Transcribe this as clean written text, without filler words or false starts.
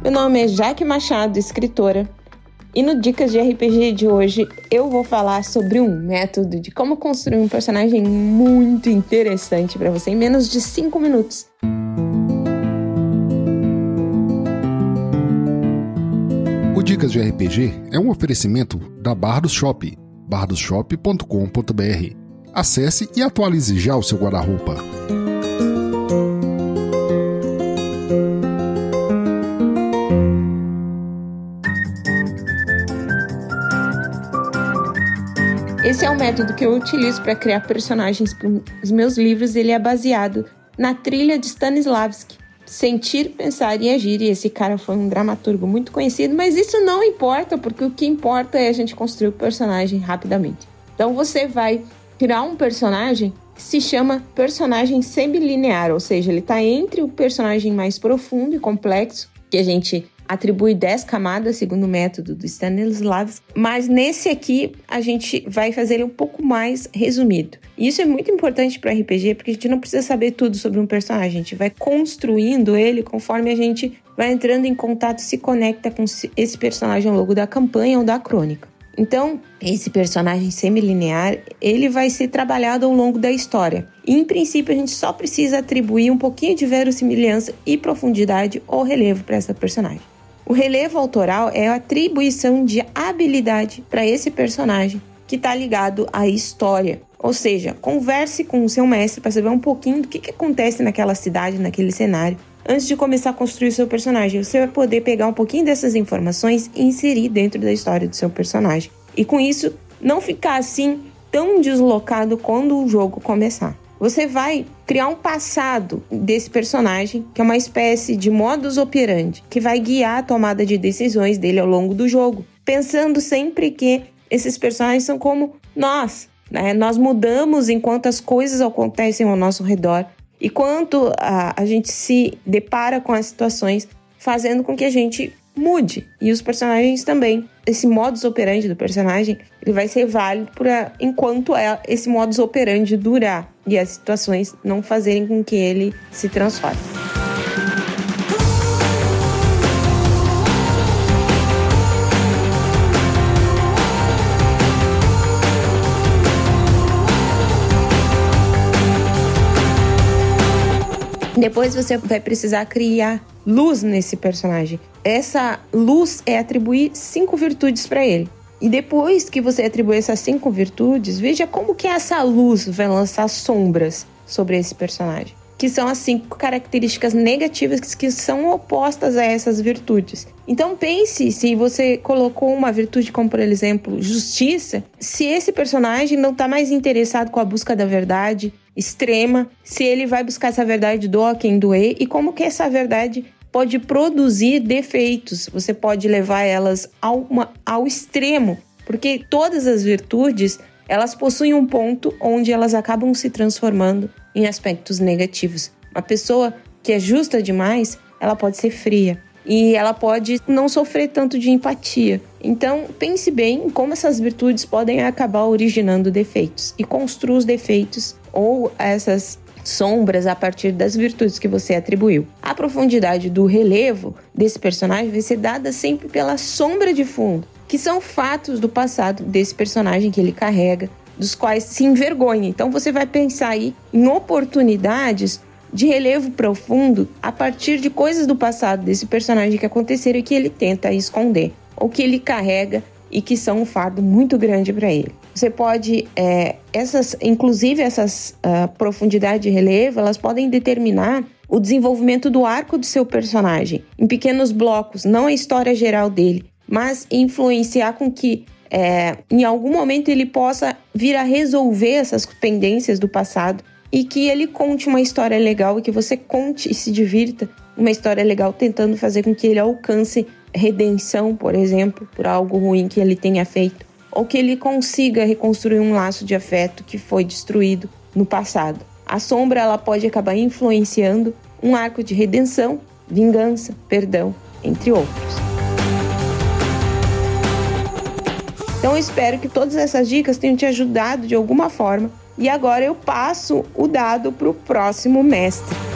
Meu nome é Jaque Machado, escritora, e no Dicas de RPG de hoje eu vou falar sobre um método de como construir um personagem muito interessante para você em menos de 5 minutos. O Dicas de RPG é um oferecimento da Bardos Shop, bardosshop.com.br. Acesse e atualize já o seu guarda-roupa. Esse é o método que eu utilizo para criar personagens para os meus livros. Ele é baseado na trilha de Stanislavski, Sentir, Pensar e Agir. E esse cara foi um dramaturgo muito conhecido, mas isso não importa, porque o que importa é a gente construir o personagem rapidamente. Então você vai criar um personagem que se chama personagem semilinear, ou seja, ele está entre o personagem mais profundo e complexo, que a gente atribui 10 camadas, segundo o método do Stanislavski, mas nesse aqui a gente vai fazer ele um pouco mais resumido. E isso é muito importante para RPG, porque a gente não precisa saber tudo sobre um personagem, a gente vai construindo ele conforme a gente vai entrando em contato, se conecta com esse personagem ao longo da campanha ou da crônica. Então, esse personagem semilinear, ele vai ser trabalhado ao longo da história. E, em princípio, a gente só precisa atribuir um pouquinho de verossimilhança e profundidade ou relevo para essa personagem. O relevo autoral é a atribuição de habilidade para esse personagem que está ligado à história. Ou seja, converse com o seu mestre para saber um pouquinho do que acontece naquela cidade, naquele cenário. Antes de começar a construir o seu personagem, você vai poder pegar um pouquinho dessas informações e inserir dentro da história do seu personagem. E com isso, não ficar assim tão deslocado quando o jogo começar. Você vai criar um passado desse personagem, que é uma espécie de modus operandi, que vai guiar a tomada de decisões dele ao longo do jogo. Pensando sempre que esses personagens são como nós, né? Nós mudamos enquanto as coisas acontecem ao nosso redor. E quanto a gente se depara com as situações, fazendo com que a gente mude. E os personagens também. Esse modus operandi do personagem, ele vai ser válido enquanto esse modus operandi durar. E as situações não fazerem com que ele se transforme. Depois você vai precisar criar luz nesse personagem. Essa luz é atribuir 5 virtudes para ele. E depois que você atribuir essas 5 virtudes, veja como que essa luz vai lançar sombras sobre esse personagem. Que são as 5 características negativas que são opostas a essas virtudes. Então pense, se você colocou uma virtude como, por exemplo, justiça, se esse personagem não está mais interessado com a busca da verdade extrema, se ele vai buscar essa verdade doa quem doer, e como que essa verdade pode produzir defeitos. Você pode levar elas ao extremo, porque todas as virtudes, elas possuem um ponto onde elas acabam se transformando em aspectos negativos. Uma pessoa que é justa demais, ela pode ser fria e ela pode não sofrer tanto de empatia. Então, pense bem em como essas virtudes podem acabar originando defeitos e construa os defeitos ou essas sombras a partir das virtudes que você atribuiu. A profundidade do relevo desse personagem vai ser dada sempre pela sombra de fundo, que são fatos do passado desse personagem que ele carrega, dos quais se envergonha. Então você vai pensar aí em oportunidades de relevo profundo a partir de coisas do passado desse personagem que aconteceram e que ele tenta esconder, ou que ele carrega e que são um fardo muito grande para ele. Você pode, essas profundidade de relevo, elas podem determinar o desenvolvimento do arco do seu personagem em pequenos blocos, não a história geral dele, mas influenciar com que em algum momento ele possa vir a resolver essas pendências do passado e que ele conte uma história legal e que você conte e se divirta uma história legal, tentando fazer com que ele alcance redenção, por exemplo, por algo ruim que ele tenha feito, ou que ele consiga reconstruir um laço de afeto que foi destruído no passado. A sombra, ela pode acabar influenciando um arco de redenção, vingança, perdão, entre outros. Então eu espero que todas essas dicas tenham te ajudado de alguma forma. E agora eu passo o dado para o próximo mestre.